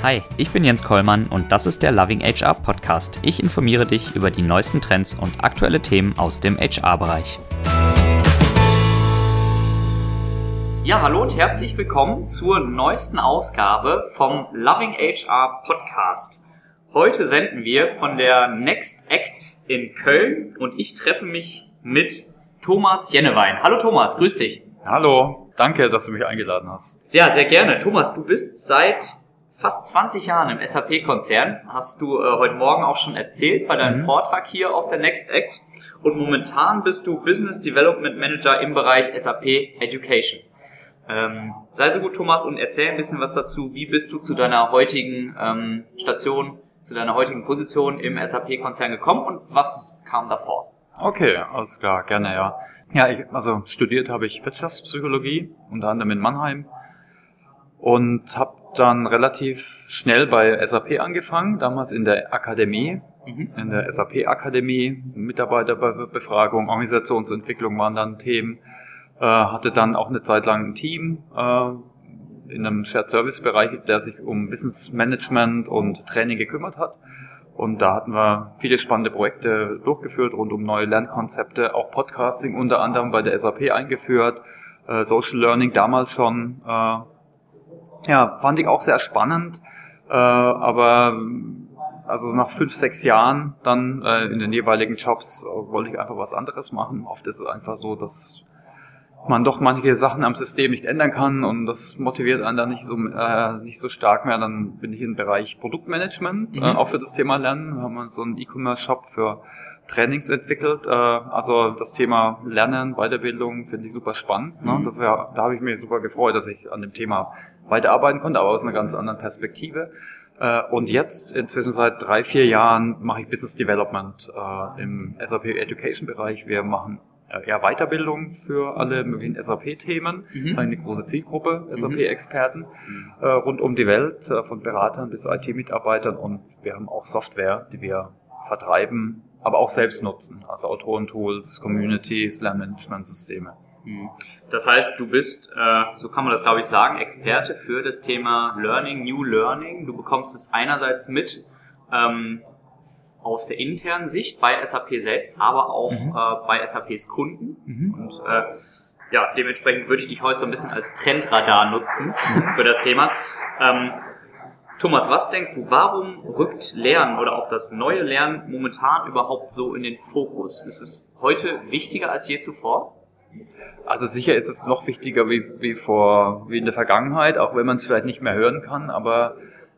Hi, ich bin Jens Kollmann und das ist der Loving HR Podcast. Ich informiere dich über die neuesten Trends und aktuelle Themen aus dem HR-Bereich. Ja, hallo und herzlich willkommen zur neuesten Ausgabe vom Loving HR Podcast. Heute senden wir von der Next Act in Köln und ich treffe mich mit Thomas Jennewein. Hallo Thomas, grüß dich. Hallo, danke, dass du mich eingeladen hast. Ja, sehr gerne. Thomas, du bist seit fast 20 Jahren im SAP-Konzern. Hast du heute Morgen auch schon erzählt bei deinem Vortrag hier auf der Next Act. Und momentan bist du Business Development Manager im Bereich SAP Education. Sei so gut, Thomas, und erzähl ein bisschen was dazu. Wie bist du zu deiner heutigen Station, zu deiner heutigen Position im SAP-Konzern gekommen und was kam davor? Okay, alles klar, gerne, ja. Ja, studiert habe ich Wirtschaftspsychologie, unter anderem in Mannheim, und habe dann relativ schnell bei SAP angefangen, damals in der Akademie, in der SAP-Akademie, Mitarbeiterbefragung, Organisationsentwicklung waren dann Themen, hatte dann auch eine Zeit lang ein Team in einem Shared-Service-Bereich, der sich um Wissensmanagement und Training gekümmert hat. Und da hatten wir viele spannende Projekte durchgeführt rund um neue Lernkonzepte, auch Podcasting unter anderem bei der SAP eingeführt, Social Learning damals schon. Fand ich auch sehr spannend, aber also nach 5-6 Jahren dann in den jeweiligen Jobs wollte ich einfach was anderes machen. Oft ist es einfach so, dass man doch manche Sachen am System nicht ändern kann und das motiviert einen dann nicht so stark mehr. Dann bin ich im Bereich Produktmanagement, auch für das Thema Lernen. Wir haben so einen E-Commerce-Shop für Trainings entwickelt. Also das Thema Lernen, Weiterbildung finde ich super spannend. Ne? Da habe ich mich super gefreut, dass ich an dem Thema weiterarbeiten konnte, aber aus einer ganz anderen Perspektive. Und jetzt, inzwischen seit 3-4 Jahren, mache ich Business Development im SAP Education Bereich. Wir machen eher Weiterbildung für alle möglichen SAP-Themen. Das ist eine große Zielgruppe, SAP-Experten rund um die Welt, von Beratern bis IT-Mitarbeitern. Und wir haben auch Software, die wir vertreiben, aber auch selbst nutzen. Also Autorentools, Communities, Lernmanagementsysteme. Das heißt, du bist, so kann man das glaube ich sagen, Experte für das Thema Learning, New Learning. Du bekommst es einerseits mit aus der internen Sicht bei SAP selbst, aber auch bei SAPs Kunden. Und dementsprechend würde ich dich heute so ein bisschen als Trendradar nutzen für das Thema. Thomas, was denkst du, warum rückt Lernen oder auch das neue Lernen momentan überhaupt so in den Fokus? Ist es heute wichtiger als je zuvor? Also sicher ist es noch wichtiger wie in der Vergangenheit, auch wenn man es vielleicht nicht mehr hören kann, aber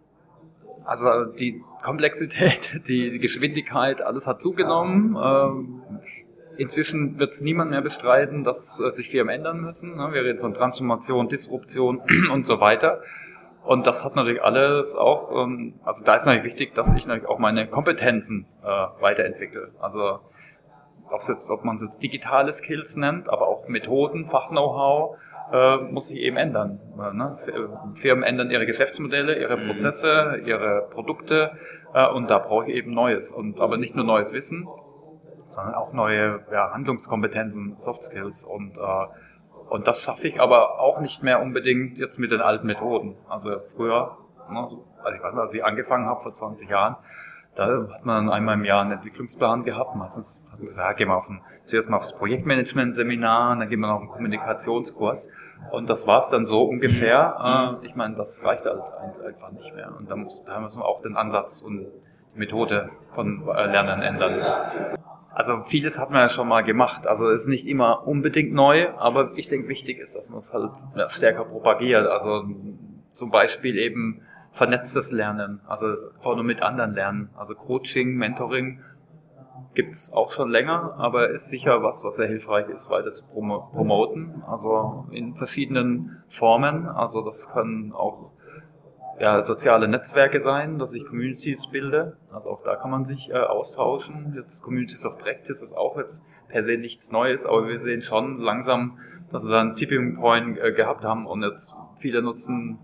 also die Komplexität, die Geschwindigkeit, alles hat zugenommen. Inzwischen wird es niemand mehr bestreiten, dass sich Firmen ändern müssen. Wir reden von Transformation, Disruption und so weiter. Und das hat natürlich alles auch, also da ist natürlich wichtig, dass ich natürlich auch meine Kompetenzen weiterentwickle. Also ob man es jetzt digitale Skills nennt, aber auch Methoden, Fach-Know-how, muss sich eben ändern. Firmen ändern ihre Geschäftsmodelle, ihre Prozesse, ihre Produkte und da brauche ich eben Neues. Aber nicht nur neues Wissen, sondern auch neue Handlungskompetenzen, Soft Skills und das schaffe ich aber auch nicht mehr unbedingt jetzt mit den alten Methoden. Also früher, also ich weiß nicht, als ich angefangen habe vor 20 Jahren, da hat man dann einmal im Jahr einen Entwicklungsplan gehabt. Meistens hat man gesagt, gehen wir zuerst mal aufs Projektmanagement-Seminar, dann gehen wir noch auf einen Kommunikationskurs. Und das war es dann so ungefähr. Ich meine, das reicht halt einfach nicht mehr. Und da müssen wir auch den Ansatz und die Methode von Lernen ändern. Also vieles hat man ja schon mal gemacht. Also es ist nicht immer unbedingt neu, aber ich denke, wichtig ist, dass man es halt stärker propagiert. Also zum Beispiel eben vernetztes Lernen, also einfach nur mit anderen lernen. Also Coaching, Mentoring gibt's auch schon länger, aber ist sicher was sehr hilfreich ist, weiter zu promoten. Also in verschiedenen Formen. Also das können auch soziale Netzwerke sein, dass ich Communities bilde. Also auch da kann man sich austauschen. Jetzt Communities of Practice ist auch jetzt per se nichts Neues, aber wir sehen schon langsam, dass wir da einen Tipping Point gehabt haben und jetzt viele nutzen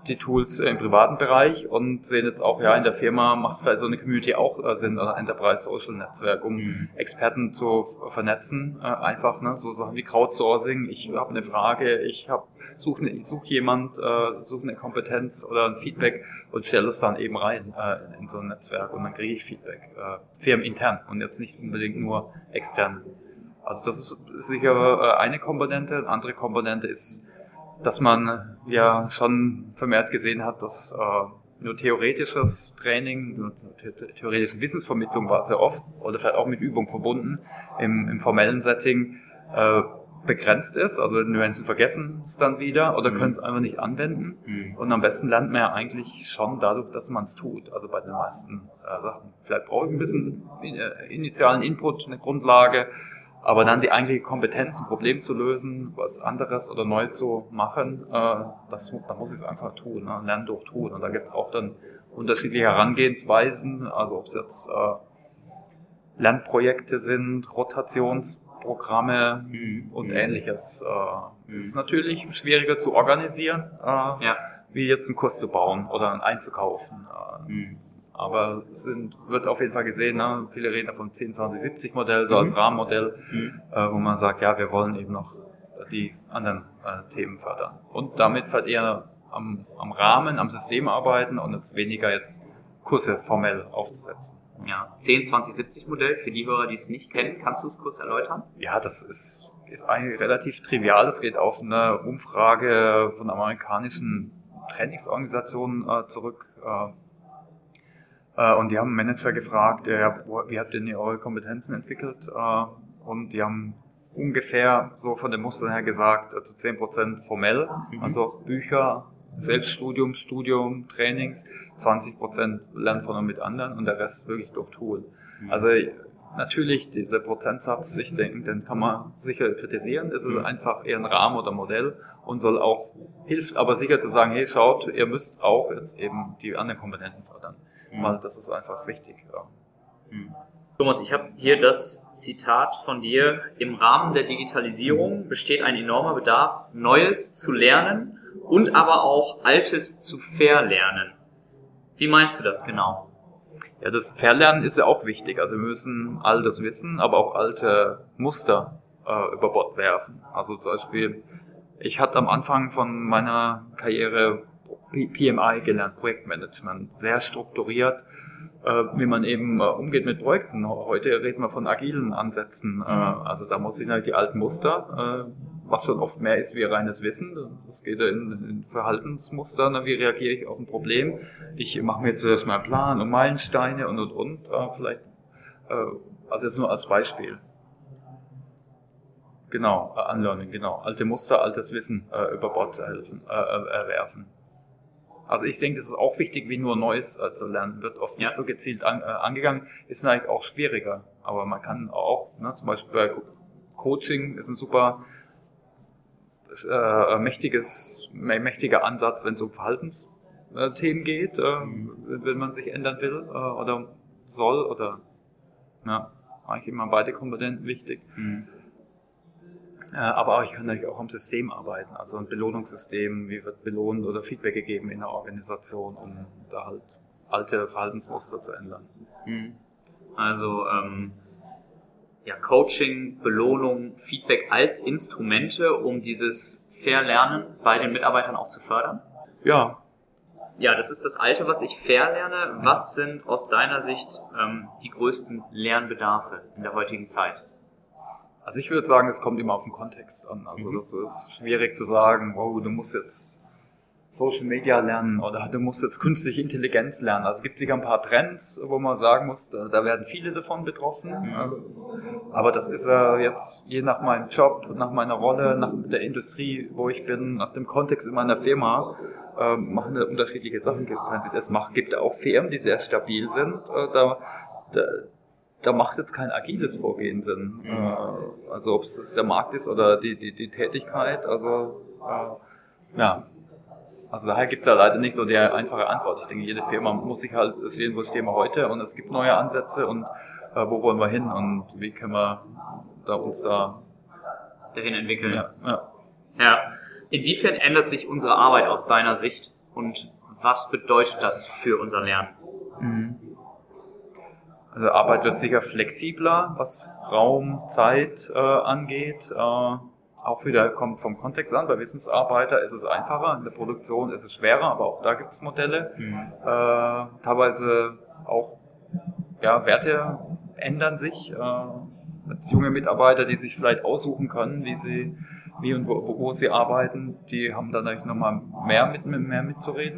die Tools im privaten Bereich und sehen jetzt auch, ja, in der Firma macht vielleicht so eine Community auch Sinn, oder Enterprise Social Netzwerk, um Experten zu vernetzen, einfach, ne, so Sachen wie Crowdsourcing. Ich habe eine Frage, ich suche jemand, suche eine Kompetenz oder ein Feedback und stelle es dann eben rein in so ein Netzwerk und dann kriege ich Feedback, firmenintern und jetzt nicht unbedingt nur extern. Also das ist sicher eine Komponente. Eine andere Komponente ist, dass man ja schon vermehrt gesehen hat, dass nur theoretisches Training, nur theoretische Wissensvermittlung war sehr oft oder vielleicht auch mit Übung verbunden im formellen Setting begrenzt ist. Also die Menschen vergessen es dann wieder oder können es einfach nicht anwenden. Und am besten lernt man ja eigentlich schon dadurch, dass man es tut. Also bei den meisten Sachen. Vielleicht brauche ich ein bisschen initialen Input, eine Grundlage. Aber dann die eigentliche Kompetenz, ein Problem zu lösen, was anderes oder neu zu machen, da muss ich es einfach tun, ne? Lernen durch Tun. Und da gibt es auch dann unterschiedliche Herangehensweisen, also ob es jetzt Lernprojekte sind, Rotationsprogramme und Ähnliches. Ist natürlich schwieriger zu organisieren, wie jetzt einen Kurs zu bauen oder einen einzukaufen. Aber wird auf jeden Fall gesehen, ne? Viele reden davon 10-20-70-Modell, so als Rahmenmodell, wo man sagt, ja, wir wollen eben noch die anderen Themen fördern. Und damit halt eher am Rahmen, am System arbeiten und jetzt weniger jetzt Kurse formell aufzusetzen. Ja, 10-20-70-Modell, für die Hörer, die es nicht kennen, kannst du es kurz erläutern? Ja, das ist eigentlich relativ trivial. Es geht auf eine Umfrage von amerikanischen Trainingsorganisationen zurück. Und die haben Manager gefragt, wie habt ihr eure Kompetenzen entwickelt? Und die haben ungefähr so von den Mustern her gesagt, also 10% formell, also Bücher, Selbststudium, Studium, Trainings, 20% lernen von und mit anderen und der Rest wirklich durch Tool. Also natürlich, der Prozentsatz, ich denke, den kann man sicher kritisieren. Es ist einfach eher ein Rahmen oder Modell und hilft aber sicher zu sagen, hey, schaut, ihr müsst auch jetzt eben die anderen Komponenten fördern. Weil das ist einfach wichtig. Ja. Thomas, ich habe hier das Zitat von dir. Im Rahmen der Digitalisierung besteht ein enormer Bedarf, Neues zu lernen und aber auch Altes zu verlernen. Wie meinst du das genau? Ja, das Verlernen ist ja auch wichtig. Also wir müssen altes Wissen, aber auch alte Muster über Bord werfen. Also zum Beispiel, ich hatte am Anfang von meiner Karriere PMI gelernt, Projektmanagement, sehr strukturiert, wie man eben umgeht mit Projekten. Heute reden wir von agilen Ansätzen, also da muss ich natürlich die alten Muster, was schon oft mehr ist wie reines Wissen, das geht in Verhaltensmuster, wie reagiere ich auf ein Problem, ich mache mir jetzt erstmal einen Plan und Meilensteine und, vielleicht, also jetzt nur als Beispiel. Genau, Unlearning, genau, alte Muster, altes Wissen über Bord werfen. Also ich denke, es ist auch wichtig, wie nur Neues zu lernen. Wird oft nicht so gezielt angegangen. Ist natürlich auch schwieriger. Aber man kann auch, ne, zum Beispiel bei Coaching ist ein super mächtiger Ansatz, wenn es um Verhaltensthemen geht, wenn man sich ändern will oder soll. Oder eigentlich immer beide Komponenten wichtig. Aber ich kann natürlich auch am System arbeiten, also ein Belohnungssystem, wie wird belohnt oder Feedback gegeben in der Organisation, um da halt alte Verhaltensmuster zu ändern. Also Coaching, Belohnung, Feedback als Instrumente, um dieses Verlernen bei den Mitarbeitern auch zu fördern? Ja. Ja, das ist das Alte, was ich verlerne. Was sind aus deiner Sicht die größten Lernbedarfe in der heutigen Zeit? Also ich würde sagen, es kommt immer auf den Kontext an. Also das ist schwierig zu sagen, oh, du musst jetzt Social Media lernen oder du musst jetzt künstliche Intelligenz lernen. Also es gibt sicher ein paar Trends, wo man sagen muss, da werden viele davon betroffen. Aber das ist ja jetzt je nach meinem Job, nach meiner Rolle, nach der Industrie, wo ich bin, nach dem Kontext in meiner Firma, machen wir unterschiedliche Sachen. Es gibt auch Firmen, die sehr stabil sind. Da macht jetzt kein agiles Vorgehen Sinn. Also ob es der Markt ist oder die Tätigkeit. Also Also daher gibt es ja leider nicht so die einfache Antwort. Ich denke, jede Firma muss sich halt sehen, wo stehen wir heute und es gibt neue Ansätze und wo wollen wir hin und wie können wir uns dahin entwickeln. Ja. Inwiefern ändert sich unsere Arbeit aus deiner Sicht und was bedeutet das für unser Lernen? Also Arbeit wird sicher flexibler, was Raum, Zeit angeht. Auch wieder kommt vom Kontext an. Bei Wissensarbeiter ist es einfacher, in der Produktion ist es schwerer, aber auch da gibt es Modelle. Teilweise auch Werte ändern sich. Als junge Mitarbeiter, die sich vielleicht aussuchen können, wie und wo sie arbeiten, die haben dann natürlich nochmal mehr mitzureden.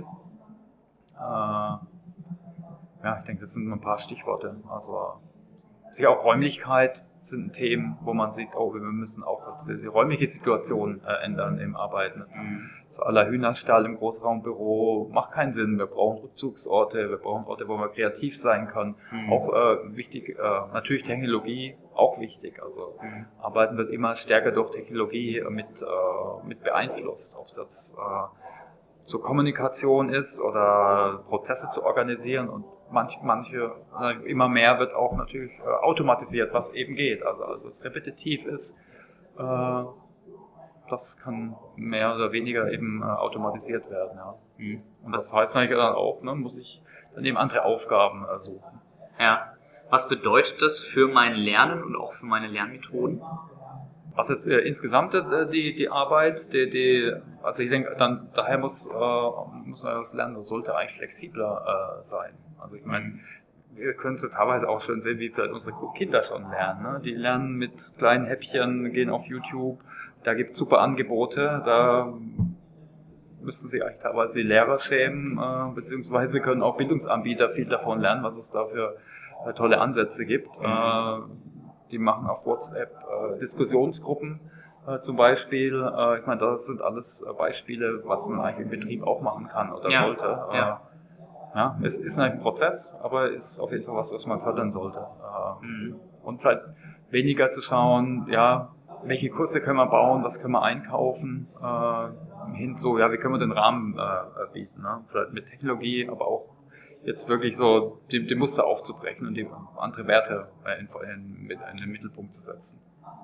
Ich denke, das sind ein paar Stichworte. Also sicher auch Räumlichkeit sind Themen, wo man sieht, wir müssen auch die räumliche Situation ändern im Arbeiten. So à la Hühnerstall im Großraumbüro macht keinen Sinn. Wir brauchen Rückzugsorte, wir brauchen Orte, wo man kreativ sein kann. Auch wichtig, natürlich Technologie, auch wichtig. Also Arbeiten wird immer stärker durch Technologie mit beeinflusst, ob es jetzt zur Kommunikation ist oder Prozesse zu organisieren, und manche immer mehr wird auch natürlich automatisiert, was eben geht. Also es repetitiv ist, das kann mehr oder weniger eben automatisiert werden. Ja. Und das heißt natürlich dann auch, muss ich dann eben andere Aufgaben suchen. Ja. Was bedeutet das für mein Lernen und auch für meine Lernmethoden? Was jetzt insgesamt die Arbeit, also ich denke, dann daher muss das Lernen, das sollte eigentlich flexibler sein. Also ich meine, wir können es teilweise auch schon sehen, wie vielleicht unsere Kinder schon lernen. Ne? Die lernen mit kleinen Häppchen, gehen auf YouTube, da gibt es super Angebote, da müssten sich eigentlich teilweise die Lehrer schämen, beziehungsweise können auch Bildungsanbieter viel davon lernen, was es da für tolle Ansätze gibt. Die machen auf WhatsApp Diskussionsgruppen zum Beispiel. Ich meine, das sind alles Beispiele, was man eigentlich im Betrieb auch machen kann oder sollte. Es ist ein Prozess, aber ist auf jeden Fall was man fördern sollte. Und vielleicht weniger zu schauen, welche Kurse können wir bauen, was können wir einkaufen, hin zu, wie können wir den Rahmen bieten. Ne? Vielleicht mit Technologie, aber auch jetzt wirklich so die Muster aufzubrechen und die andere Werte in den Mittelpunkt zu setzen.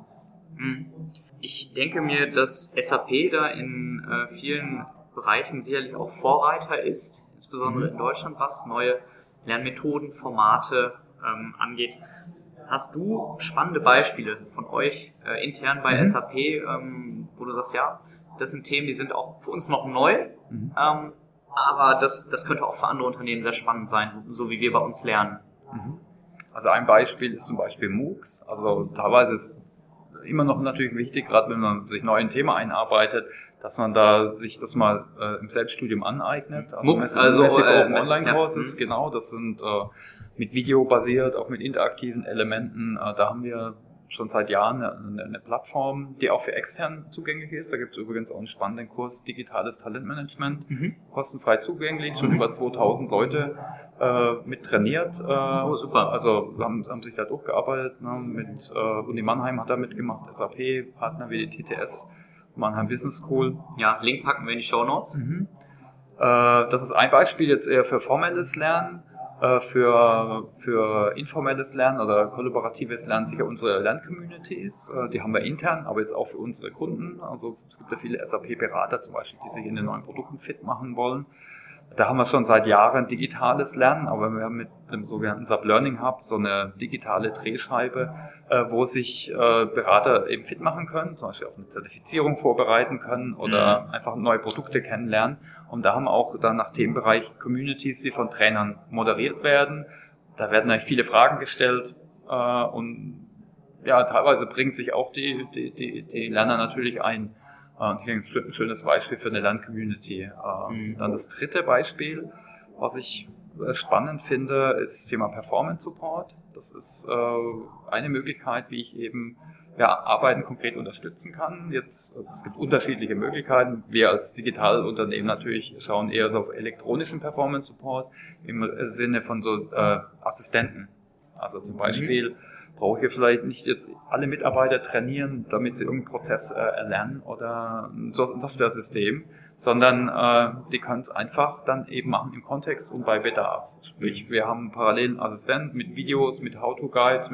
Ich denke mir, dass SAP da in vielen Bereichen sicherlich auch Vorreiter ist, insbesondere in Deutschland, was neue Lernmethoden, Formate angeht. Hast du spannende Beispiele von euch intern bei SAP, wo du sagst, das sind Themen, die sind auch für uns noch neu, aber das könnte auch für andere Unternehmen sehr spannend sein, so wie wir bei uns lernen. Also ein Beispiel ist zum Beispiel MOOCs. Also teilweise ist immer noch natürlich wichtig, gerade wenn man sich neu in ein Thema einarbeitet, dass man da sich das mal im Selbststudium aneignet. Also MOOCs, also Online-Courses, genau, das sind mit Video basiert, auch mit interaktiven Elementen. Da haben wir schon seit Jahren eine Plattform, die auch für extern zugänglich ist. Da gibt es übrigens auch einen spannenden Kurs Digitales Talentmanagement, kostenfrei zugänglich, schon über 2000 Leute mit trainiert. Super. Also haben sich da durchgearbeitet. Mit Uni Mannheim hat da mitgemacht, SAP, Partner wie die TTS, Mannheim Business School. Ja, Link packen wir in die Shownotes. Das ist ein Beispiel jetzt eher für formelles Lernen. Für informelles Lernen oder kollaboratives Lernen sicher unsere Lerncommunities. Die haben wir intern, aber jetzt auch für unsere Kunden. Also es gibt ja viele SAP-Berater zum Beispiel, die sich in den neuen Produkten fit machen wollen. Da haben wir schon seit Jahren digitales Lernen, aber wir haben mit dem sogenannten SAP Learning Hub so eine digitale Drehscheibe, wo sich Berater eben fit machen können, zum Beispiel auf eine Zertifizierung vorbereiten können oder einfach neue Produkte kennenlernen. Und da haben wir auch dann nach Themenbereich Communities, die von Trainern moderiert werden. Da werden eigentlich viele Fragen gestellt und teilweise bringen sich auch die Lerner natürlich ein. Ich denke, ein schönes Beispiel für eine Lerncommunity. Dann das dritte Beispiel, was ich spannend finde, ist das Thema Performance Support. Das ist eine Möglichkeit, wie ich eben Arbeiten konkret unterstützen kann. Es gibt unterschiedliche Möglichkeiten. Wir als Digitalunternehmen natürlich schauen eher so auf elektronischen Performance Support im Sinne von so Assistenten. Also zum Beispiel brauche ich vielleicht nicht jetzt alle Mitarbeiter trainieren, damit sie irgendeinen Prozess erlernen oder ein Software-System, sondern die können es einfach dann eben machen im Kontext und bei Bedarf. Sprich, wir haben einen parallelen Assistenten mit Videos, mit How-to-Guides,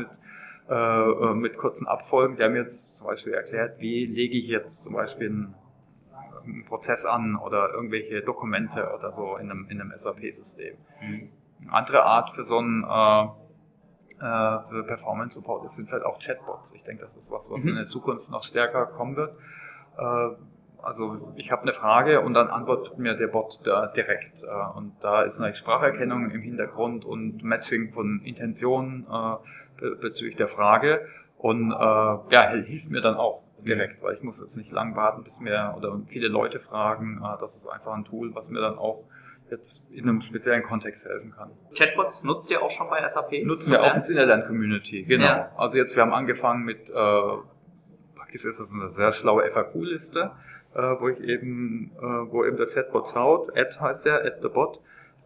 mit kurzen Abfolgen. Der mir jetzt zum Beispiel erklärt, wie lege ich jetzt zum Beispiel einen Prozess an oder irgendwelche Dokumente oder so in einem SAP-System. Eine andere Art für so einen für Performance-Support sind vielleicht auch Chatbots. Ich denke, das ist was in der Zukunft noch stärker kommen wird. Also ich habe eine Frage und dann antwortet mir der Bot da direkt. Und da ist natürlich Spracherkennung im Hintergrund und Matching von Intentionen bezüglich der Frage. Und hilft mir dann auch direkt, weil ich muss jetzt nicht lang warten, bis mir oder viele Leute fragen. Das ist einfach ein Tool, was mir dann auch jetzt in einem speziellen Kontext helfen kann. Chatbots nutzt ihr auch schon bei SAP? Nutzen wir auch jetzt in der Lern-Community, genau. Ja. Also jetzt, wir haben angefangen mit, praktisch ist das eine sehr schlaue FAQ-Liste, wo eben der Chatbot schaut, heißt der, the bot,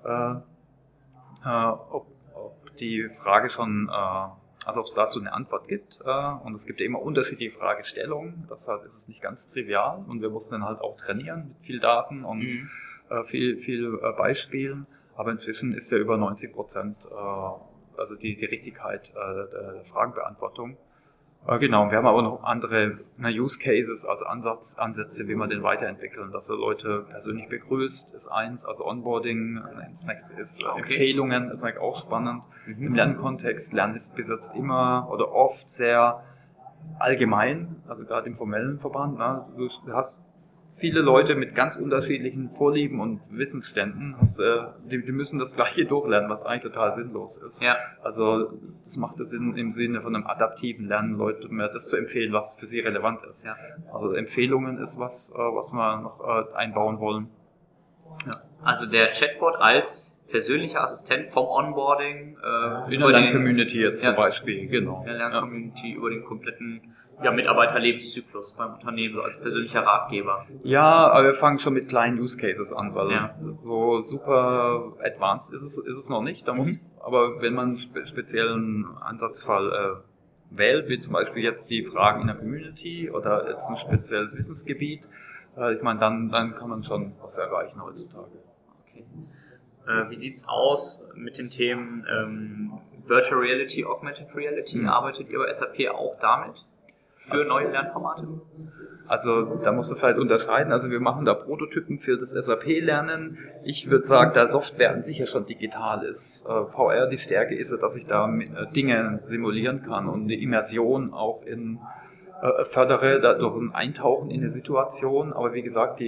ob die Frage schon, also ob es dazu eine Antwort gibt. Und es gibt ja immer unterschiedliche Fragestellungen, deshalb ist es nicht ganz trivial und wir mussten dann halt auch trainieren mit viel Daten und viel Beispielen, aber inzwischen ist ja über 90%, also die Richtigkeit der Fragenbeantwortung. Genau, wir haben aber noch andere Use Cases, also Ansätze, wie man den weiterentwickeln, dass er Leute persönlich begrüßt, ist eins, also Onboarding, das nächste ist Empfehlungen, ist eigentlich auch spannend. Im Lernkontext, Lernen ist bis jetzt immer oder oft sehr allgemein, also gerade im formellen Verband, ne? Du hast viele Leute mit ganz unterschiedlichen Vorlieben und Wissensständen, die müssen das Gleiche durchlernen, was eigentlich total sinnlos ist. Ja. Also das macht es im Sinne von einem adaptiven Lernen, Leute mehr das zu empfehlen, was für sie relevant ist. Ja. Also Empfehlungen ist was wir noch einbauen wollen. Ja. Also der Chatbot als persönlicher Assistent vom Onboarding in der Lern-Community jetzt zum Beispiel, genau. In der Lern-Community über den kompletten Mitarbeiterlebenszyklus beim Unternehmen, so als persönlicher Ratgeber. Ja, aber wir fangen schon mit kleinen Use Cases an, weil so super advanced ist es noch nicht. Aber wenn man einen speziellen Ansatzfall wählt, wie zum Beispiel jetzt die Fragen in der Community oder jetzt ein spezielles Wissensgebiet, ich meine, dann kann man schon was erreichen heutzutage. Okay. Wie sieht's aus mit den Themen Virtual Reality, Augmented Reality? Arbeitet ihr bei SAP auch damit? Für neue Lernformate? Also da musst du vielleicht unterscheiden. Also wir machen da Prototypen für das SAP-Lernen. Ich würde sagen, da Software an sich ja schon digital ist. VR, die Stärke ist ja, dass ich da Dinge simulieren kann und die Immersion auch fördere, dadurch ein Eintauchen in eine Situation. Aber wie gesagt,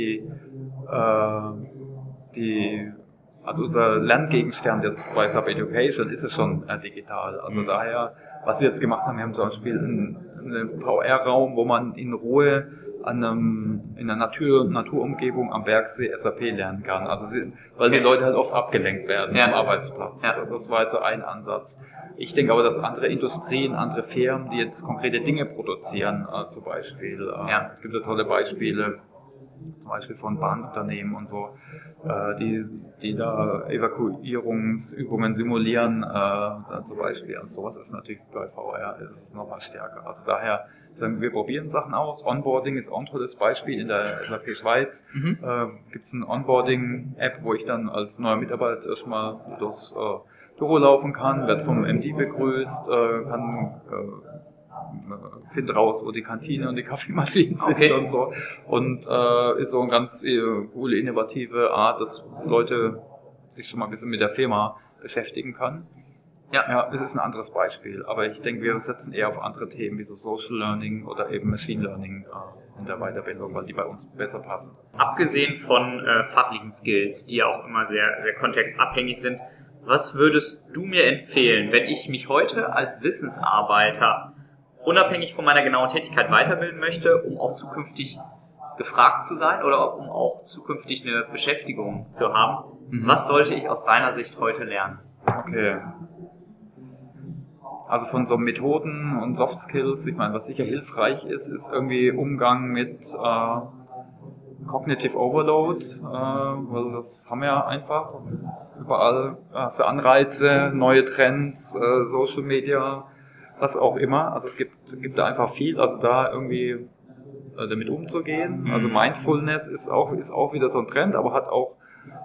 also unser Lerngegenstand jetzt bei SAP Education ist ja schon digital. Also daher, was wir jetzt gemacht haben, wir haben zum Beispiel einen VR-Raum, wo man in Ruhe in einer Naturumgebung am Bergsee SAP lernen kann. Also weil die Leute halt oft abgelenkt werden am Arbeitsplatz. Ja. Das war jetzt so ein Ansatz. Ich denke aber, dass andere Industrien, andere Firmen, die jetzt konkrete Dinge produzieren, zum Beispiel, es gibt ja tolle Beispiele, zum Beispiel von Bahnunternehmen und so, die da Evakuierungsübungen simulieren, zum Beispiel. Also sowas ist natürlich bei VR ist nochmal stärker. Also daher sagen wir probieren Sachen aus. Onboarding ist auch ein tolles Beispiel. In der SAP Schweiz gibt es eine Onboarding-App, wo ich dann als neuer Mitarbeiter erstmal durchs Büro laufen kann, werde vom MD begrüßt, finde raus, wo die Kantine und die Kaffeemaschinen sind und so. Und ist so eine ganz coole, innovative Art, dass Leute sich schon mal ein bisschen mit der Firma beschäftigen können. Ja, es ist ein anderes Beispiel. Aber ich denke, wir setzen eher auf andere Themen, wie so Social Learning oder eben Machine Learning in der Weiterbildung, weil die bei uns besser passen. Abgesehen von fachlichen Skills, die ja auch immer sehr, sehr kontextabhängig sind, was würdest du mir empfehlen, wenn ich mich heute als Wissensarbeiter unabhängig von meiner genauen Tätigkeit weiterbilden möchte, um auch zukünftig gefragt zu sein oder um auch zukünftig eine Beschäftigung zu haben? Was sollte ich aus deiner Sicht heute lernen? Okay. Also von so Methoden und Soft Skills, ich meine, was sicher hilfreich ist irgendwie Umgang mit Cognitive Overload, weil das haben wir ja einfach. Überall hast du Anreize, neue Trends, Social Media, was auch immer. Also es gibt da einfach viel, also da irgendwie damit umzugehen. Also Mindfulness ist auch wieder so ein Trend, aber hat auch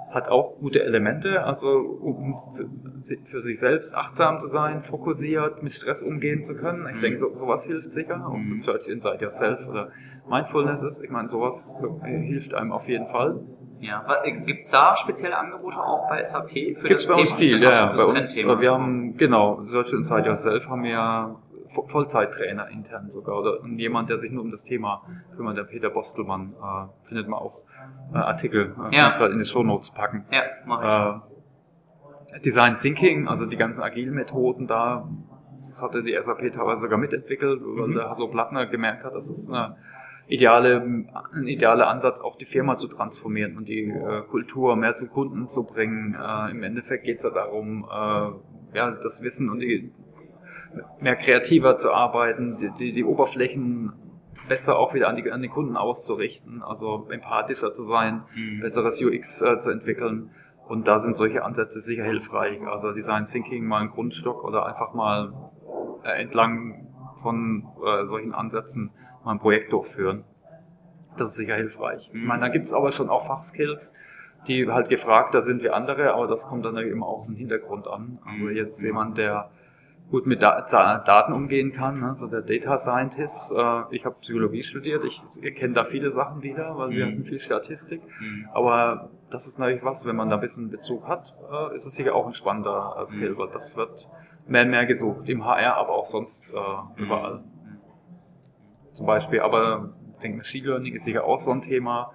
hat auch gute Elemente, also um für sich selbst achtsam zu sein, fokussiert, mit Stress umgehen zu können. Ich denke, sowas hilft sicher, ob es Search Inside Yourself oder Mindfulness ist. Ich meine, sowas hilft einem auf jeden Fall. Ja, gibt es da spezielle Angebote auch bei SAP für Gibt's das Thema? Gibt es bei uns viel, ja. Bei uns, Trendthema. wir haben, genau, Search Inside Yourself haben wir Vollzeittrainer intern sogar oder jemand, der sich nur um das Thema kümmert, der Peter Bostelmann, findet man auch Artikel, kannst du halt in die Shownotes packen. Ja, mach ich. Design Thinking, also die ganzen agilen Methoden da, das hatte die SAP teilweise sogar mitentwickelt, weil der Hasso Plattner gemerkt hat, dass es ein idealer Ansatz, auch die Firma zu transformieren und die Kultur mehr zum Kunden zu bringen. Im Endeffekt geht es ja darum, das Wissen und mehr kreativer zu arbeiten, die Oberflächen besser auch wieder an die Kunden auszurichten, also empathischer zu sein, besseres UX zu entwickeln. Und da sind solche Ansätze sicher hilfreich. Also Design Thinking mal ein Grundstock oder einfach mal entlang von solchen Ansätzen mal ein Projekt durchführen. Das ist sicher hilfreich. Ich meine, da gibt es aber schon auch Fachskills, die halt gefragter sind wie andere, aber das kommt dann immer auf den Hintergrund an. Also jetzt jemand, der gut mit Daten umgehen kann, also der Data Scientist. Ich habe Psychologie studiert, ich kenne da viele Sachen wieder, weil wir hatten viel Statistik. Aber das ist natürlich was, wenn man da ein bisschen Bezug hat, ist es sicher auch ein spannender Skill, weil das wird mehr und mehr gesucht, im HR, aber auch sonst überall. Zum Beispiel, aber ich denke, Machine Learning ist sicher auch so ein Thema,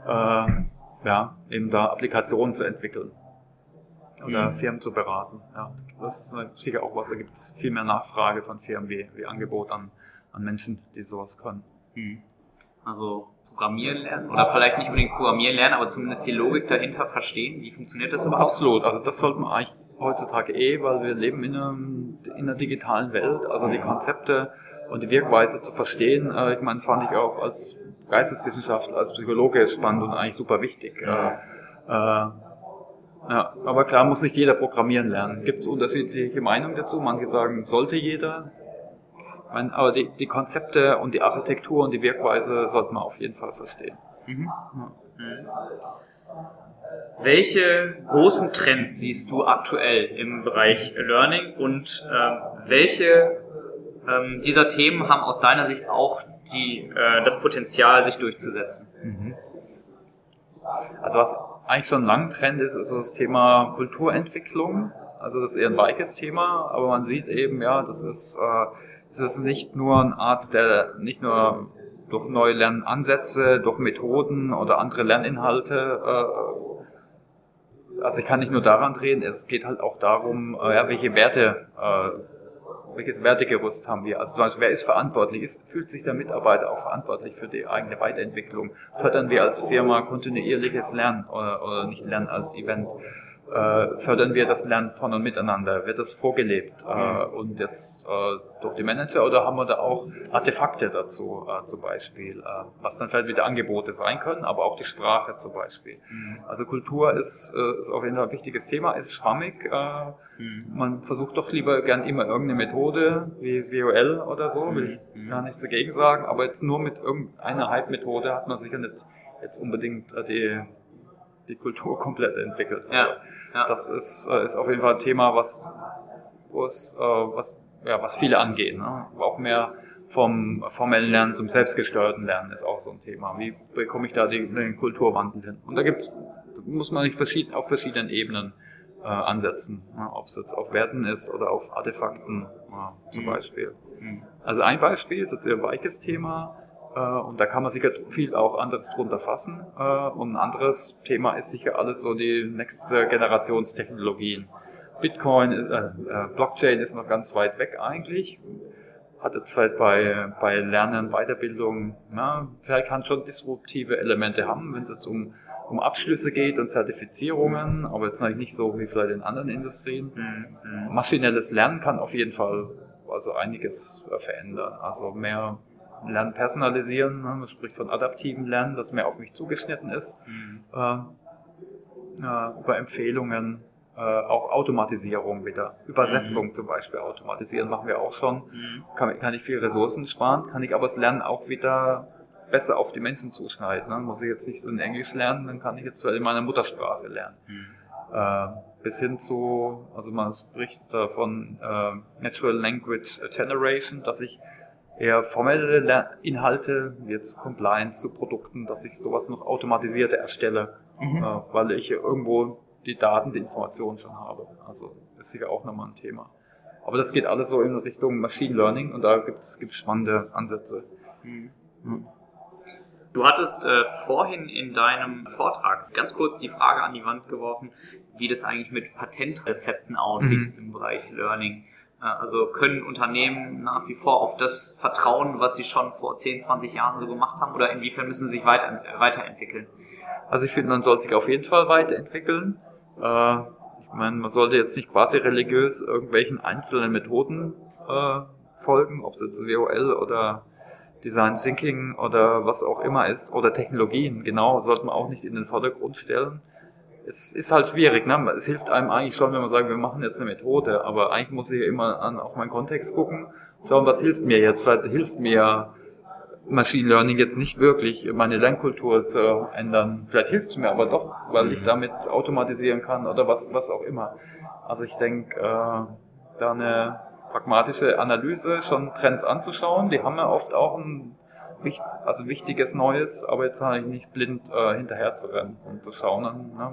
eben da Applikationen zu entwickeln oder Firmen zu beraten. Ja, das ist sicher auch was, da gibt es viel mehr Nachfrage von Firmen wie Angebot an Menschen, die sowas können. Also Programmieren lernen oder vielleicht nicht unbedingt Programmieren lernen, aber zumindest die Logik dahinter verstehen. Wie funktioniert das überhaupt? Absolut, also das sollte man eigentlich heutzutage weil wir leben in einer digitalen Welt, also die Konzepte und die Wirkweise zu verstehen, ich meine, fand ich auch als Geisteswissenschaftler, als Psychologe spannend und eigentlich super wichtig. Ja, aber klar muss nicht jeder programmieren lernen. Gibt es unterschiedliche Meinungen dazu? Manche sagen, sollte jeder. Aber die Konzepte und die Architektur und die Wirkweise sollte man auf jeden Fall verstehen. Welche großen Trends siehst du aktuell im Bereich Learning und welche dieser Themen haben aus deiner Sicht auch das Potenzial, sich durchzusetzen? Also was eigentlich schon ein langer Trend ist so das Thema Kulturentwicklung. Also das ist eher ein weiches Thema, aber man sieht eben, das ist nicht nur eine Art nicht nur durch neue Lernansätze, durch Methoden oder andere Lerninhalte, also ich kann nicht nur daran drehen, es geht halt auch darum, welches Wertegerüst haben wir? Also zum Beispiel, wer ist verantwortlich? Fühlt sich der Mitarbeiter auch verantwortlich für die eigene Weiterentwicklung? Fördern wir als Firma kontinuierliches Lernen oder nicht Lernen als Event? Fördern wir das Lernen von und miteinander? Wird das vorgelebt? Und jetzt durch die Manager oder haben wir da auch Artefakte dazu zum Beispiel, was dann vielleicht wieder Angebote sein können, aber auch die Sprache zum Beispiel. Also Kultur ist auf jeden Fall ein wichtiges Thema, ist schwammig. Man versucht doch lieber gern immer irgendeine Methode wie WOL oder so, will ich gar nichts dagegen sagen, aber jetzt nur mit irgendeiner Hype-Methode hat man sicher nicht jetzt unbedingt die Kultur komplett entwickelt. Also, das ist auf jeden Fall ein Thema, was viele angeht. Ne? Auch mehr vom formellen Lernen zum selbstgesteuerten Lernen ist auch so ein Thema. Wie bekomme ich da den Kulturwandel hin? Und da muss man auf verschiedenen Ebenen ansetzen. Ne? Ob es jetzt auf Werten ist oder auf Artefakten zum Beispiel. Also ein Beispiel ist jetzt ein weiches Thema. Und da kann man sicher viel auch anderes drunter fassen. Und ein anderes Thema ist sicher alles so die nächste Generationstechnologien. Bitcoin, Blockchain ist noch ganz weit weg eigentlich. Hat jetzt vielleicht bei Lernen, Weiterbildung, vielleicht kann schon disruptive Elemente haben, wenn es jetzt um Abschlüsse geht und Zertifizierungen, aber jetzt natürlich nicht so wie vielleicht in anderen Industrien. Maschinelles Lernen kann auf jeden Fall also einiges verändern. Also mehr Lernen personalisieren, man spricht von adaptivem Lernen, das mehr auf mich zugeschnitten ist, über Empfehlungen, auch Automatisierung wieder, Übersetzung zum Beispiel automatisieren machen wir auch schon, kann ich viel Ressourcen sparen, kann ich aber das Lernen auch wieder besser auf die Menschen zuschneiden. Ne? Muss ich jetzt nicht so in Englisch lernen, dann kann ich jetzt in meiner Muttersprache lernen. Bis hin zu, also man spricht von Natural Language Generation, dass ich eher formelle Inhalte, wie jetzt Compliance zu Produkten, dass ich sowas noch automatisiert erstelle, weil ich irgendwo die Daten, die Informationen schon habe. Also ist sicher auch nochmal ein Thema. Aber das geht alles so in Richtung Machine Learning und da gibt's spannende Ansätze. Du hattest vorhin in deinem Vortrag ganz kurz die Frage an die Wand geworfen, wie das eigentlich mit Patentrezepten aussieht im Bereich Learning. Also können Unternehmen nach wie vor auf das vertrauen, was sie schon vor 10, 20 Jahren so gemacht haben, oder inwiefern müssen sie sich weiterentwickeln? Also ich finde, man soll sich auf jeden Fall weiterentwickeln. Ich meine, man sollte jetzt nicht quasi religiös irgendwelchen einzelnen Methoden folgen, ob es jetzt WOL oder Design Thinking oder was auch immer ist, oder Technologien, genau, sollte man auch nicht in den Vordergrund stellen. Es ist halt schwierig, ne? Es hilft einem eigentlich schon, wenn man sagt, wir machen jetzt eine Methode, aber eigentlich muss ich immer auf meinen Kontext gucken, schauen, was hilft mir jetzt. Vielleicht hilft mir Machine Learning jetzt nicht wirklich, meine Lernkultur zu ändern. Vielleicht hilft es mir aber doch, weil ich damit automatisieren kann oder was auch immer. Also ich denke, da eine pragmatische Analyse, schon Trends anzuschauen, die haben ja oft auch ein wichtiges Neues, aber jetzt eigentlich nicht blind hinterher zu rennen und zu schauen,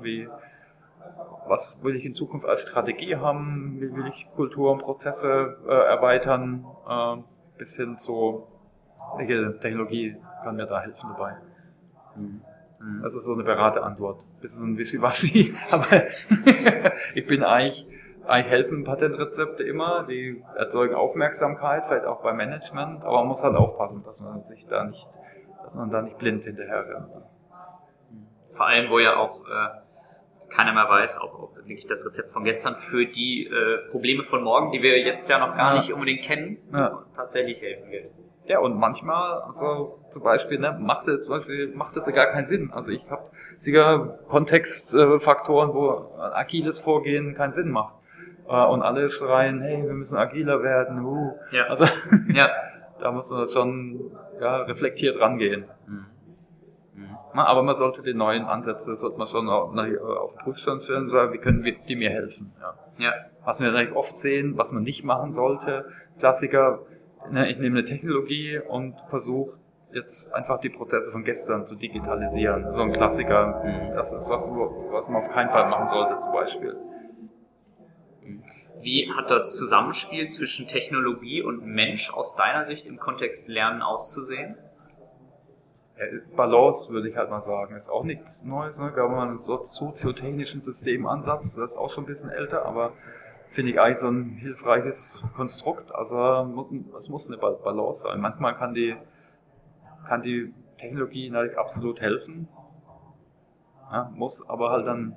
was will ich in Zukunft als Strategie haben, wie will ich Kultur und Prozesse erweitern, bis hin zu, welche Technologie kann mir da helfen dabei. Das ist so eine Beraterantwort, bisschen ein Wischiwaschi, aber ich bin eigentlich helfen Patentrezepte immer, die erzeugen Aufmerksamkeit, vielleicht auch beim Management, aber man muss halt aufpassen, dass man da nicht blind hinterher rennt. Vor allem, wo ja auch keiner mehr weiß, ob wirklich das Rezept von gestern für die Probleme von morgen, die wir jetzt ja noch gar nicht unbedingt kennen, tatsächlich helfen wird. Ja, und manchmal, also zum Beispiel, macht es ja gar keinen Sinn. Also ich habe sicher Kontextfaktoren, wo ein agiles Vorgehen keinen Sinn macht. Und alle schreien, hey, wir müssen agiler werden. Ja. Also da muss man schon reflektiert rangehen. Aber man sollte die neuen Ansätze, schon auf den Prüfstand stellen und sagen, wie können die mir helfen. Ja. Was wir natürlich oft sehen, was man nicht machen sollte, Klassiker, ich nehme eine Technologie und versuche jetzt einfach die Prozesse von gestern zu digitalisieren. So ein Klassiker, das ist was man auf keinen Fall machen sollte zum Beispiel. Wie hat das Zusammenspiel zwischen Technologie und Mensch aus deiner Sicht im Kontext Lernen auszusehen? Balance, würde ich halt mal sagen, ist auch nichts Neues. Ne? Gab mal einen soziotechnischen Systemansatz, das ist auch schon ein bisschen älter, aber finde ich eigentlich so ein hilfreiches Konstrukt. Also es muss eine Balance sein. Manchmal kann die Technologie natürlich absolut helfen, muss aber halt dann,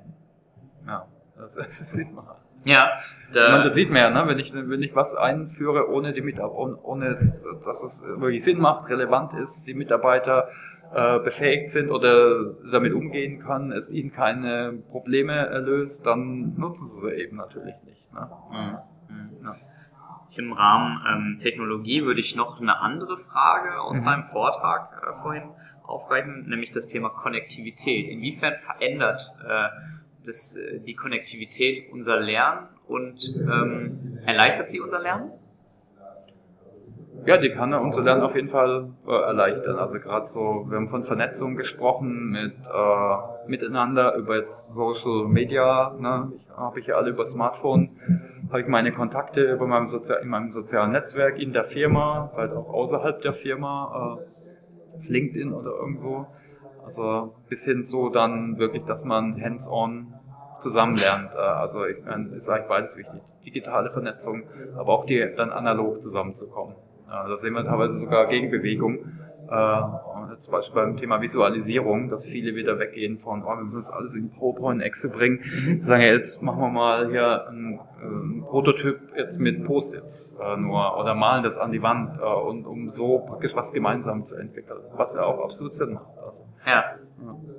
das sieht man halt. Ja, das sieht man ja, ne? Wenn ich was einführe, ohne dass es wirklich Sinn macht, relevant ist, die Mitarbeiter befähigt sind oder damit umgehen kann, es ihnen keine Probleme löst, dann nutzen sie eben natürlich nicht. Ne? Ja. Im Rahmen Technologie würde ich noch eine andere Frage aus deinem Vortrag vorhin aufgreifen, nämlich das Thema Konnektivität. Inwiefern verändert die Konnektivität unser Lernen und erleichtert sie unser Lernen? Ja, die kann unser Lernen auf jeden Fall erleichtern. Also gerade so, wir haben von Vernetzung gesprochen, miteinander über jetzt Social Media, ne? Habe ich ja alle über Smartphone, habe ich meine Kontakte in meinem sozialen Netzwerk in der Firma, halt auch außerhalb der Firma, auf LinkedIn oder irgendwo. Also bis hin zu dann wirklich, dass man hands-on zusammen lernt. Also ich meine, ist eigentlich beides wichtig. Digitale Vernetzung, aber auch dann analog zusammenzukommen. Da sehen wir teilweise sogar Gegenbewegung. Zum Beispiel beim Thema Visualisierung, dass viele wieder weggehen von, wir müssen das alles in PowerPoint, Excel bringen. Sagen, jetzt machen wir mal hier einen Prototyp jetzt mit Post-its nur oder malen das an die Wand, um so praktisch was gemeinsam zu entwickeln, was ja auch absolut Sinn macht. Also. Ja.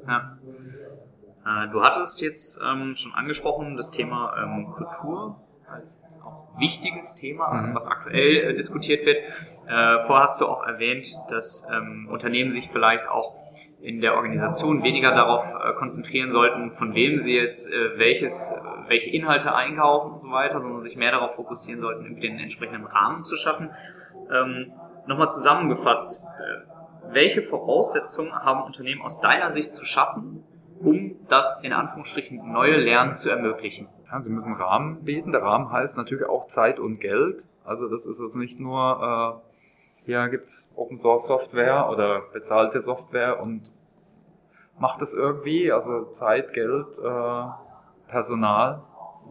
Du hattest jetzt schon angesprochen das Thema Kultur als auch wichtiges Thema, was aktuell diskutiert wird. Vorher hast du auch erwähnt, dass Unternehmen sich vielleicht auch in der Organisation weniger darauf konzentrieren sollten, von wem sie jetzt welche Inhalte einkaufen und so weiter, sondern sich mehr darauf fokussieren sollten, irgendwie den entsprechenden Rahmen zu schaffen. Nochmal zusammengefasst, welche Voraussetzungen haben Unternehmen aus deiner Sicht zu schaffen, um das in Anführungsstrichen neue Lernen zu ermöglichen? Ja, sie müssen Rahmen bieten. Der Rahmen heißt natürlich auch Zeit und Geld. Also das ist jetzt nicht nur, hier gibt's Open Source Software oder bezahlte Software und macht es irgendwie. Also Zeit, Geld, Personal,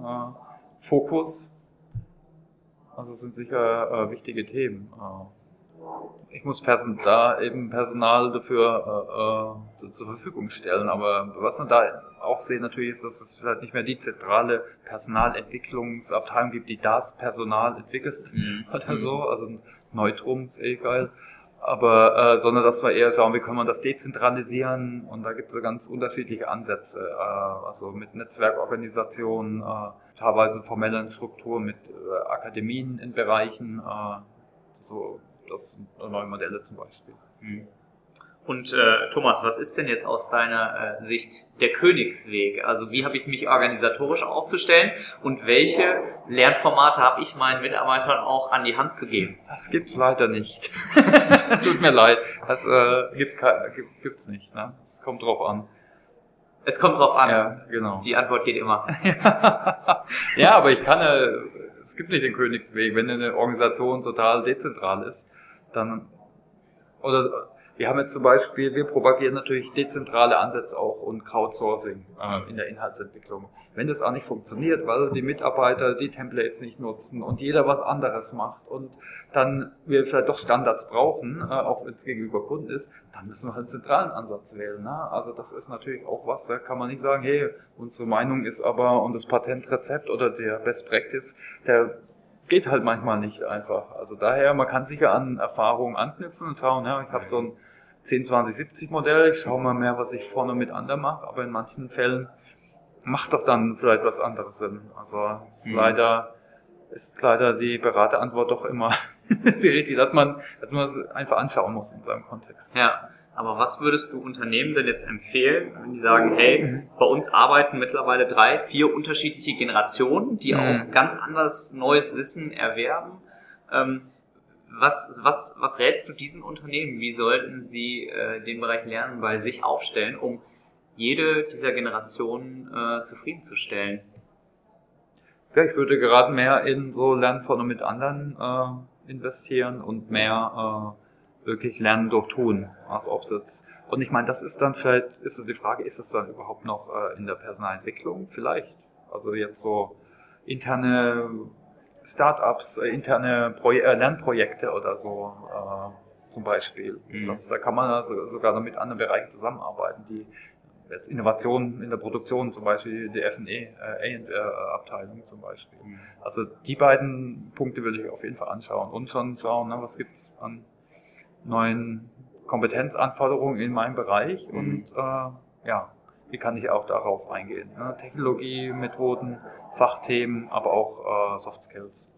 Fokus. Also das sind sicher wichtige Themen. Ich muss Personal dafür zur Verfügung stellen. Aber was man da auch sehen natürlich ist, dass es vielleicht nicht mehr die zentrale Personalentwicklungsabteilung gibt, die das Personal entwickelt oder so. Also Neutrum ist geil. Aber sondern dass wir eher schauen, wie kann man das dezentralisieren, und da gibt es so ganz unterschiedliche Ansätze, also mit Netzwerkorganisationen, teilweise formellen Strukturen, mit Akademien in Bereichen, so das sind neue Modelle zum Beispiel. Und Thomas, was ist denn jetzt aus deiner Sicht der Königsweg? Also wie habe ich mich organisatorisch aufzustellen und welche Lernformate habe ich meinen Mitarbeitern auch an die Hand zu geben? Das gibt's leider nicht. Tut mir leid, das gibt's nicht. Ne? Das kommt drauf an. Es kommt drauf an. Ja, genau. Die Antwort geht immer. Ja, aber es gibt nicht den Königsweg. Wenn eine Organisation total dezentral ist, dann, oder wir haben jetzt zum Beispiel, wir propagieren natürlich dezentrale Ansätze auch und Crowdsourcing in der Inhaltsentwicklung. Wenn das auch nicht funktioniert, weil die Mitarbeiter die Templates nicht nutzen und jeder was anderes macht und dann wir vielleicht doch Standards brauchen, auch wenn es gegenüber Kunden ist, dann müssen wir halt einen zentralen Ansatz wählen. Ne? Also das ist natürlich auch was, da kann man nicht sagen, hey, unsere Meinung ist aber und das Patentrezept oder der Best Practice, der geht halt manchmal nicht einfach. Also daher, man kann sicher an Erfahrungen anknüpfen und schauen, ja, ich habe so ein 10-20-70-Modell, ich schaue mal mehr, was ich vorne mit anderen mache, aber in manchen Fällen macht doch dann vielleicht was anderes Sinn. Also ist leider die Beraterantwort doch immer die, dass man es einfach anschauen muss in seinem Kontext. Ja, aber was würdest du Unternehmen denn jetzt empfehlen, wenn die sagen, hey, bei uns arbeiten mittlerweile 3, 4 unterschiedliche Generationen, die auch ganz anders neues Wissen erwerben? Was rätst du diesen Unternehmen? Wie sollten sie den Bereich Lernen bei sich aufstellen, um jede dieser Generationen zufriedenzustellen? Ja, ich würde gerade mehr in so Lernen von und mit anderen investieren und mehr wirklich Lernen durch Tun. Also ob es jetzt, und ich meine, das ist dann vielleicht, ist so die Frage, ist es dann überhaupt noch in der Personalentwicklung? Vielleicht. Also jetzt so interne Startups, interne Lernprojekte oder so zum Beispiel. Da kann man also sogar noch mit anderen Bereichen zusammenarbeiten, die jetzt Innovationen in der Produktion, zum Beispiel die A&R-Abteilung zum Beispiel. Also die beiden Punkte würde ich auf jeden Fall anschauen und schon schauen, ne, was gibt es an neuen Kompetenzanforderungen in meinem Bereich und wie kann ich auch darauf eingehen. Ne? Technologie, Methoden, Fachthemen, aber auch Soft Skills.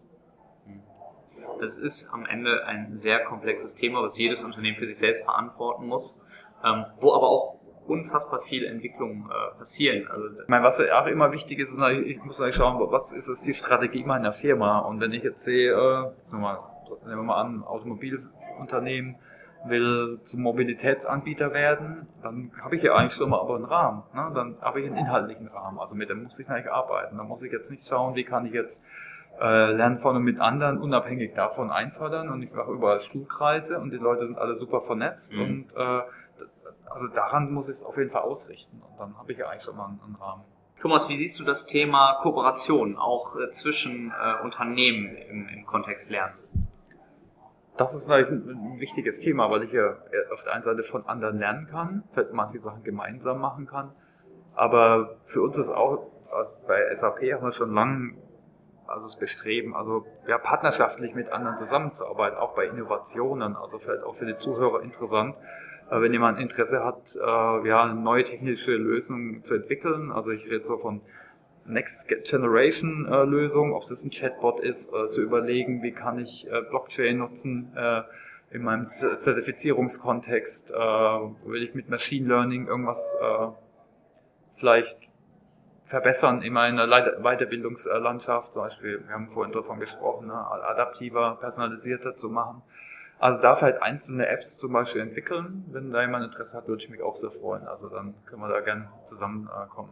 Es ist am Ende ein sehr komplexes Thema, was jedes Unternehmen für sich selbst verantworten muss, wo aber auch unfassbar viel Entwicklung passieren. Also, ich meine, was auch immer wichtig ist, ich muss natürlich schauen, was ist das die Strategie meiner Firma, und wenn ich jetzt sehe, nehmen wir mal an, Automobilunternehmen will zum Mobilitätsanbieter werden, dann habe ich ja eigentlich schon mal aber einen Rahmen, ne? Dann habe ich einen inhaltlichen Rahmen, also mit dem muss ich eigentlich arbeiten, da muss ich jetzt nicht schauen, wie kann ich jetzt Lernen von und mit anderen unabhängig davon einfordern, und ich mache überall Stuhlkreise und die Leute sind alle super vernetzt und also daran muss ich es auf jeden Fall ausrichten, und dann habe ich ja eigentlich schon mal einen Rahmen. Thomas, wie siehst du das Thema Kooperation auch zwischen Unternehmen im Kontext Lernen? Das ist natürlich ein wichtiges Thema, weil ich ja auf der einen Seite von anderen lernen kann, vielleicht manche Sachen gemeinsam machen kann, aber für uns ist auch, bei SAP haben wir schon lange das Bestreben, also ja, partnerschaftlich mit anderen zusammenzuarbeiten, auch bei Innovationen, also vielleicht auch für die Zuhörer interessant, wenn jemand Interesse hat, eine neue technische Lösung zu entwickeln, also ich rede so von Next Generation Lösung, ob es ein Chatbot ist, zu überlegen, wie kann ich Blockchain nutzen in meinem Zertifizierungskontext, will ich mit Machine Learning irgendwas vielleicht verbessern in meiner Weiterbildungslandschaft, zum Beispiel, wir haben vorhin davon gesprochen, adaptiver, personalisierter zu machen. Also darf halt einzelne Apps zum Beispiel entwickeln. Wenn da jemand Interesse hat, würde ich mich auch sehr freuen. Also dann können wir da gerne zusammenkommen.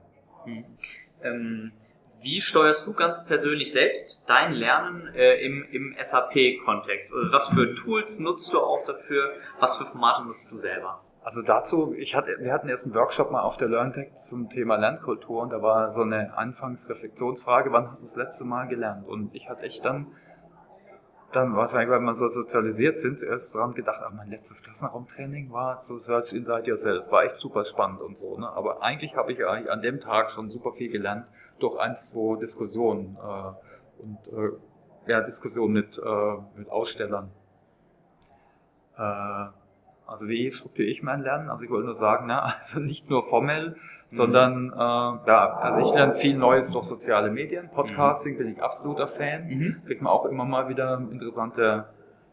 Wie steuerst du ganz persönlich selbst dein Lernen im SAP-Kontext? Also was für Tools nutzt du auch dafür? Was für Formate nutzt du selber? Also dazu, wir hatten erst einen Workshop mal auf der LearnTech zum Thema Lernkultur und da war so eine Anfangsreflexionsfrage, wann hast du das letzte Mal gelernt? Und ich hatte echt dann wahrscheinlich, weil wir so sozialisiert sind, zuerst daran gedacht, mein letztes Klassenraumtraining war so Search Inside Yourself, war echt super spannend und so, ne? Aber eigentlich habe ich an dem Tag schon super viel gelernt durch 1-2 Diskussionen Diskussionen mit Ausstellern. Also wie strukturiere ich mein Lernen? Also ich wollte nur sagen, also nicht nur formell, sondern also ich lerne viel Neues durch soziale Medien. Podcasting bin ich absoluter Fan. Kriegt man auch immer mal wieder interessante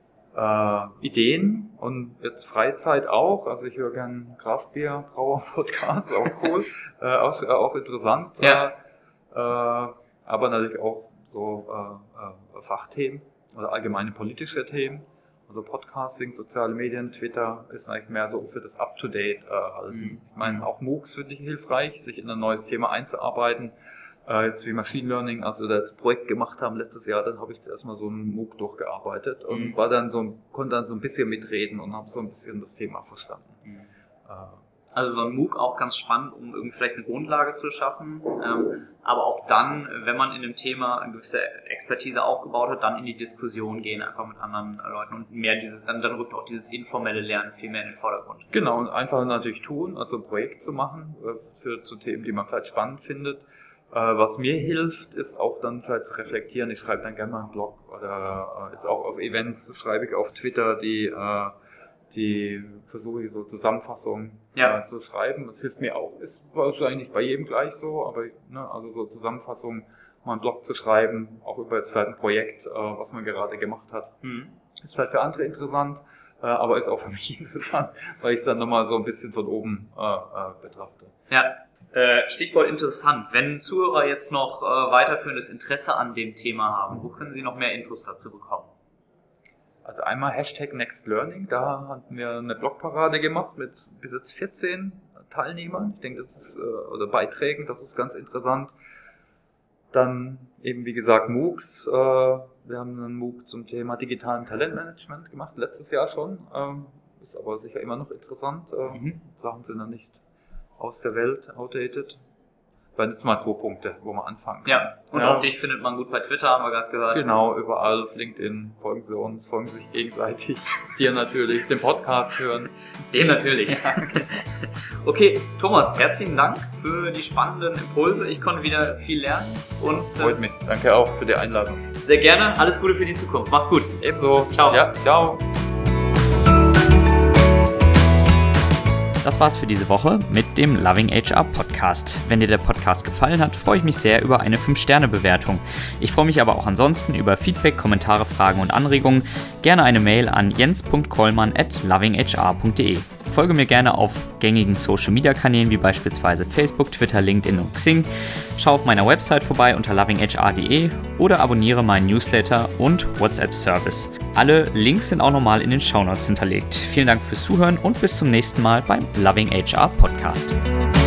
Ideen und jetzt Freizeit auch. Also ich höre gern Kraftbier-Brauer-Podcast, auch cool, auch interessant. Ja. Aber natürlich auch so Fachthemen oder allgemeine politische Themen. Also Podcasting, soziale Medien, Twitter ist eigentlich mehr so für das Up-to-Date halten. Ich meine, auch MOOCs finde ich hilfreich, sich in ein neues Thema einzuarbeiten. Jetzt wie Machine Learning, als wir das Projekt gemacht haben letztes Jahr, dann habe ich zuerst mal so einen MOOC durchgearbeitet und konnte dann so ein bisschen mitreden und habe so ein bisschen das Thema verstanden. Also so ein MOOC auch ganz spannend, um irgendwie vielleicht eine Grundlage zu schaffen, aber auch dann, wenn man in dem Thema eine gewisse Expertise aufgebaut hat, dann in die Diskussion gehen, einfach mit anderen Leuten und mehr dann rückt auch dieses informelle Lernen viel mehr in den Vordergrund. Genau, und einfach natürlich tun, also ein Projekt zu machen zu Themen, die man vielleicht spannend findet. Was mir hilft, ist auch dann vielleicht zu reflektieren. Ich schreibe dann gerne mal einen Blog oder jetzt auch auf Events schreibe ich auf Twitter die versuche ich so Zusammenfassungen zu schreiben. Das hilft mir auch. Ist wahrscheinlich nicht bei jedem gleich so, aber also so Zusammenfassungen, mal einen Blog zu schreiben, auch über jetzt vielleicht ein Projekt, was man gerade gemacht hat. Ist vielleicht für andere interessant, aber ist auch für mich interessant, weil ich es dann nochmal so ein bisschen von oben betrachte. Ja, Stichwort interessant. Wenn Zuhörer jetzt noch weiterführendes Interesse an dem Thema haben, wo können sie noch mehr Infos dazu bekommen? Also einmal #NextLearning, da hatten wir eine Blogparade gemacht mit bis jetzt 14 Teilnehmern. Ich denke, das ist, oder Beiträgen, das ist ganz interessant. Dann eben, wie gesagt, MOOCs. Wir haben einen MOOC zum Thema digitalen Talentmanagement gemacht, letztes Jahr schon. Ist aber sicher immer noch interessant. Sachen sind dann nicht aus der Welt, outdated. Das waren jetzt mal 2 Punkte, wo man anfangen kann. Ja, und auch dich findet man gut bei Twitter, haben wir gerade gehört. Genau, überall auf LinkedIn folgen sie uns, folgen sich gegenseitig. Dir natürlich, den Podcast hören. Dem natürlich. Ja. Okay, Thomas, herzlichen Dank für die spannenden Impulse. Ich konnte wieder viel lernen. Und das freut mich. Danke auch für die Einladung. Sehr gerne. Alles Gute für die Zukunft. Mach's gut. Ebenso. Ciao. Ja, ciao. Das war's für diese Woche mit dem Loving HR Podcast. Wenn dir der Podcast gefallen hat, freue ich mich sehr über eine 5-Sterne-Bewertung. Ich freue mich aber auch ansonsten über Feedback, Kommentare, Fragen und Anregungen. Gerne eine Mail an jens.kollmann@lovinghr.de. Folge mir gerne auf gängigen Social-Media-Kanälen wie beispielsweise Facebook, Twitter, LinkedIn und Xing. Schau auf meiner Website vorbei unter lovinghr.de oder abonniere meinen Newsletter und WhatsApp-Service. Alle Links sind auch nochmal in den Shownotes hinterlegt. Vielen Dank fürs Zuhören und bis zum nächsten Mal beim Loving HR Podcast.